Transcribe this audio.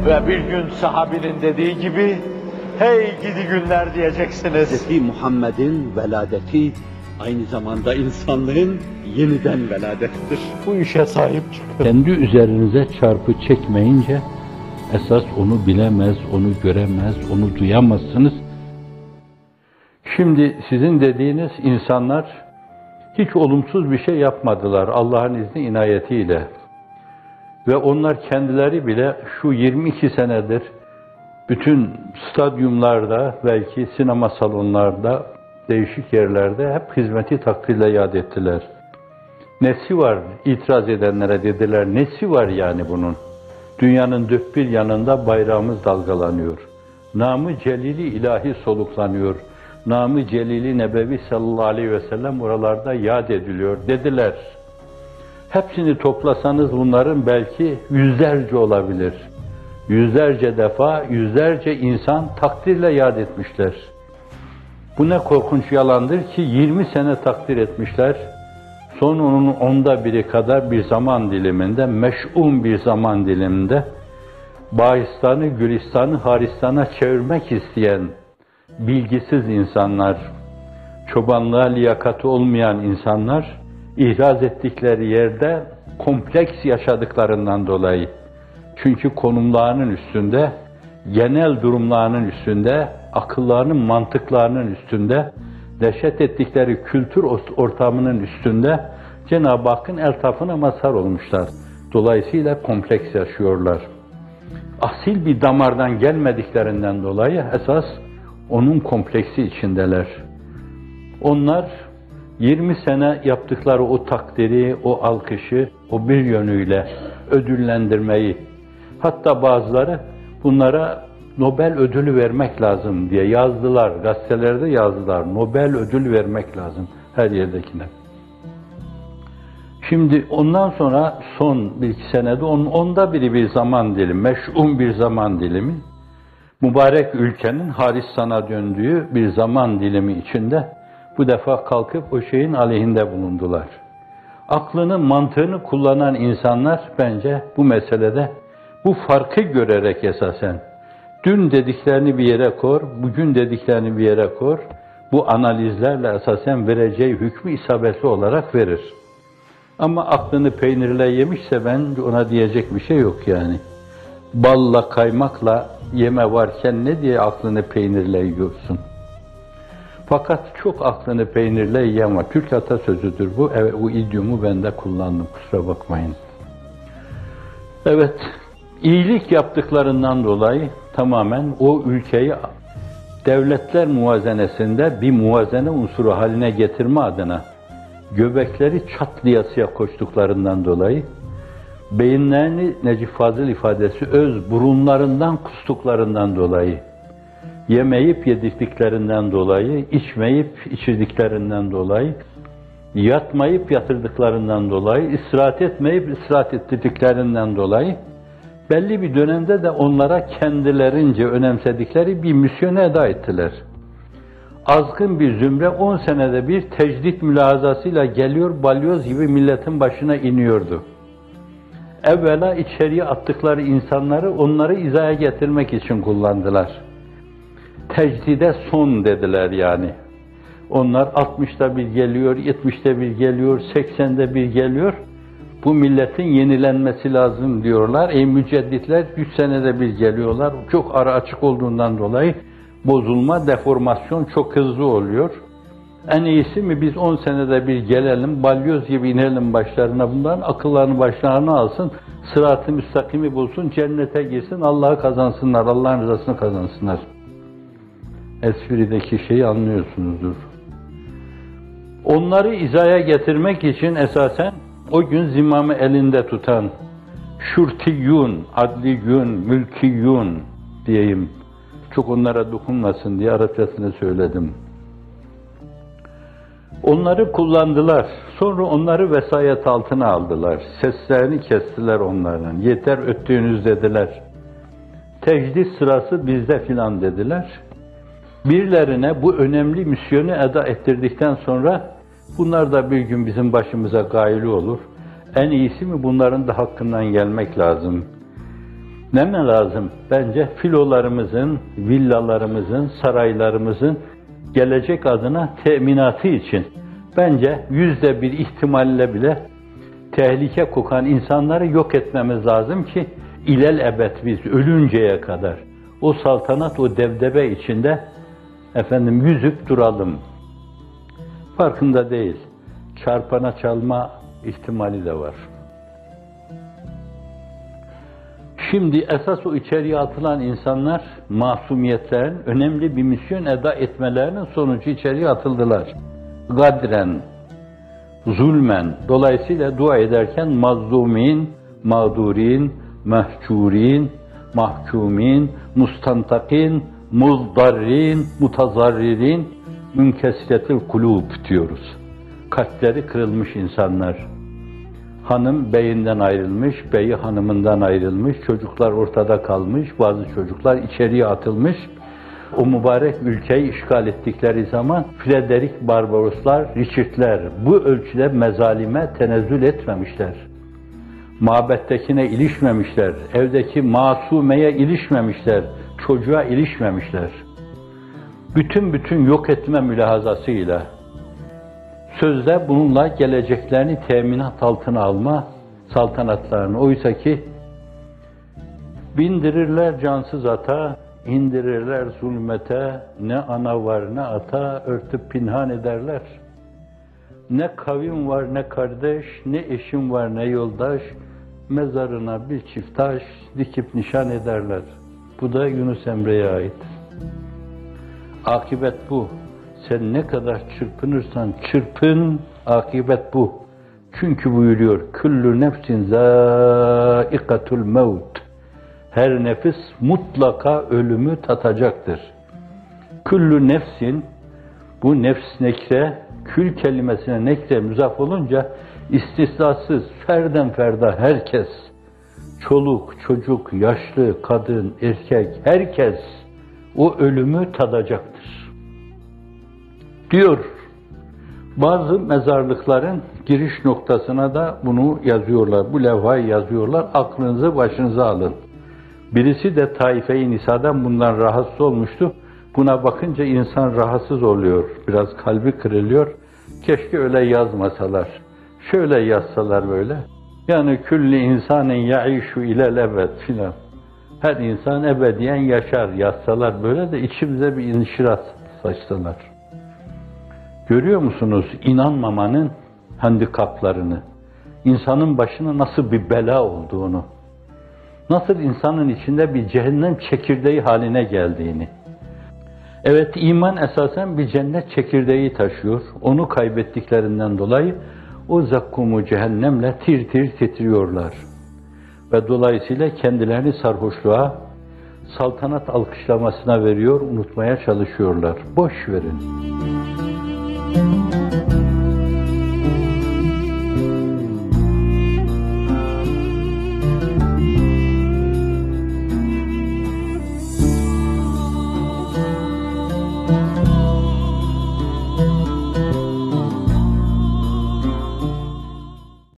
Ve bir gün sahabinin dediği gibi, hey gidi günler diyeceksiniz. Hz. Muhammed'in veladeti aynı zamanda insanlığın yeniden veladettir. Bu işe sahip çıkın. Kendi üzerinize çarpı çekmeyince, esas onu bilemez, onu göremez, onu duyamazsınız. Şimdi sizin dediğiniz insanlar hiç olumsuz bir şey yapmadılar Allah'ın izni inayetiyle. Ve onlar kendileri bile şu 22 senedir bütün stadyumlarda, belki sinema salonlarda, değişik yerlerde hep hizmeti takdirle yad ettiler. Nesi var itiraz edenlere dediler, nesi var yani bunun? Dünyanın dört bir yanında bayrağımız dalgalanıyor. Namı celili ilahi soluklanıyor. Namı celili nebevi sallallahu aleyhi ve sellem oralarda yad ediliyor dediler. Hepsini toplasanız bunların belki yüzlerce olabilir. Yüzlerce defa, yüzlerce insan takdirle yad etmişler. Bu ne korkunç yalandır ki 20 sene takdir etmişler. Son onun 1/10 kadar bir zaman diliminde, meş'um bir zaman diliminde Bağistan'ı, Gülistan'ı, Haristan'a çevirmek isteyen bilgisiz insanlar, çobanlığa liyakati olmayan insanlar, ihraz ettikleri yerde kompleks yaşadıklarından dolayı, çünkü konumlarının üstünde, genel durumlarının üstünde, akıllarının, mantıklarının üstünde, dehşet ettikleri kültür ortamının üstünde Cenab-ı Hakk'ın eltafına mazhar olmuşlar. Dolayısıyla kompleks yaşıyorlar. Asil bir damardan gelmediklerinden dolayı esas onun kompleksi içindeler. Onlar 20 sene yaptıkları o takdiri, o alkışı, o bir yönüyle ödüllendirmeyi, hatta bazıları bunlara Nobel ödülü vermek lazım diye yazdılar, gazetelerde yazdılar. Nobel ödül vermek lazım her yerdekine. Şimdi ondan sonra son 1-2 senede onun 1/10 bir zaman dilimi, meş'um bir zaman dilimi, mübarek ülkenin Haristan'a döndüğü bir zaman dilimi içinde bu defa kalkıp o şeyin aleyhinde bulundular. Aklını, mantığını kullanan insanlar bence bu meselede bu farkı görerek esasen, dün dediklerini bir yere koy, bugün dediklerini bir yere koy, bu analizlerle esasen vereceği hükmü isabetli olarak verir. Ama aklını peynirle yemişse ben ona diyecek bir şey yok yani. Balla, kaymakla yeme varken ne diye aklını peynirle yiyorsun? Fakat çok aklını peynirle yiyen var. Türk atasözüdür bu. Evet, bu idiomu ben de kullandım, kusura bakmayın. Evet, iyilik yaptıklarından dolayı tamamen o ülkeyi devletler muvazenesinde bir muvazene unsuru haline getirme adına göbekleri çatlayasıya koştuklarından dolayı, beyinlerini Necip Fazıl ifadesi öz burunlarından kustuklarından dolayı, yemeyip yediklerinden dolayı, içmeyip içirdiklerinden dolayı, yatmayıp yatırdıklarından dolayı, istirahat etmeyip istirahat ettirdiklerinden dolayı, belli bir dönemde de onlara kendilerince önemsedikleri bir misyonu eda ettiler. Azgın bir zümre 10 senede bir tecdit mülahazasıyla geliyor, balyoz gibi milletin başına iniyordu. Evvela içeriye attıkları insanları onları izaya getirmek için kullandılar. Tecdide son dediler yani. Onlar 60'da bir geliyor, 70'de bir geliyor, 80'de bir geliyor. Bu milletin yenilenmesi lazım diyorlar. Mücedditler 3 senede bir geliyorlar. Çok ara açık olduğundan dolayı bozulma, deformasyon çok hızlı oluyor. En iyisi mi biz 10 senede bir gelelim, balyoz gibi inelim başlarına, bunların akıllarını başlarına alsın, sırat-ı müstakimi bulsun, cennete girsin, Allah'ı kazansınlar, Allah'ın rızasını kazansınlar. Esprideki şeyi anlıyorsunuzdur. Onları izaya getirmek için esasen o gün zimamı elinde tutan şurtiyyun, adliyyun, mülkiyyun diyeyim, çok onlara dokunmasın diye Arapçasını söyledim. Onları kullandılar, sonra onları vesayet altına aldılar, seslerini kestiler onların, yeter öttüğünüz dediler, tecdit sırası bizde filan dediler. Birilerine bu önemli misyonu eda ettirdikten sonra, bunlar da bir gün bizim başımıza gaili olur, en iyisi mi bunların da hakkından gelmek lazım. Ne mi lazım? Bence filolarımızın, villalarımızın, saraylarımızın gelecek adına teminatı için bence %1 ihtimalle bile tehlike kokan insanları yok etmemiz lazım ki ilelebet biz ölünceye kadar o saltanat, o debdebe içinde yüzüp duralım. Farkında değil. Çarpana çalma ihtimali de var. Şimdi esas o içeriye atılan insanlar masumiyetlerin önemli bir misyon eda etmelerinin sonucu içeriye atıldılar. Gadren, zulmen, dolayısıyla dua ederken mazlumin, mağdurin, mahcurin, mahkumin, mustantakin, muzdarrin, mutazarririn, münkesiretil kulub diyoruz. Kalpleri kırılmış insanlar. Hanım beyinden ayrılmış, beyi hanımından ayrılmış, çocuklar ortada kalmış, bazı çocuklar içeriye atılmış. O mübarek ülkeyi işgal ettikleri zaman Frederick Barbaroslar, Richard'ler bu ölçüde mezalime tenezzül etmemişler. Mabettekine ilişmemişler, evdeki masumeye ilişmemişler, çocuğa ilişmemişler. Bütün yok etme mülahazasıyla, sözde bununla geleceklerini teminat altına alma saltanatlarını, oysa ki bindirirler cansız ata, indirirler zulmete, ne ana var ne ata, örtüp pinhan ederler. Ne kavim var ne kardeş, ne eşim var ne yoldaş, mezarına bir çift taş dikip nişan ederler. Bu da Yunus Emre'ye ait. Akibet bu. Sen ne kadar çırpınırsan çırpın, akibet bu. Çünkü buyuruyor, küllü nefsin zâikatul mevt. Her nefis mutlaka ölümü tatacaktır. Küllü nefsin, bu nefs nekre, kül kelimesine nekre müzaf olunca istisnasız, ferden ferda herkes, çoluk, çocuk, yaşlı, kadın, erkek, herkes o ölümü tadacaktır. Diyor. Bazı mezarlıkların giriş noktasına da bunu yazıyorlar. Bu levhayı yazıyorlar. Aklınızı başınıza alın. Birisi de Taife-i Nisa'dan bundan rahatsız olmuştu. Buna bakınca insan rahatsız oluyor. Biraz kalbi kırılıyor. Keşke öyle yazmasalar. Şöyle yazsalar böyle. Yani külli insanın yaişu ilel ebed filan. Her insan ebediyen yaşar yazsalar böyle de içimize bir inşirat saçsalar. Görüyor musunuz inanmamanın handikaplarını? İnsanın başına nasıl bir bela olduğunu? Nasıl insanın içinde bir cehennem çekirdeği haline geldiğini? Evet, iman esasen bir cennet çekirdeği taşıyor. Onu kaybettiklerinden dolayı o zakkumu cehennemle tir tir titriyorlar. Ve dolayısıyla kendilerini sarhoşluğa, saltanat alkışlamasına veriyor, unutmaya çalışıyorlar. Boş verin.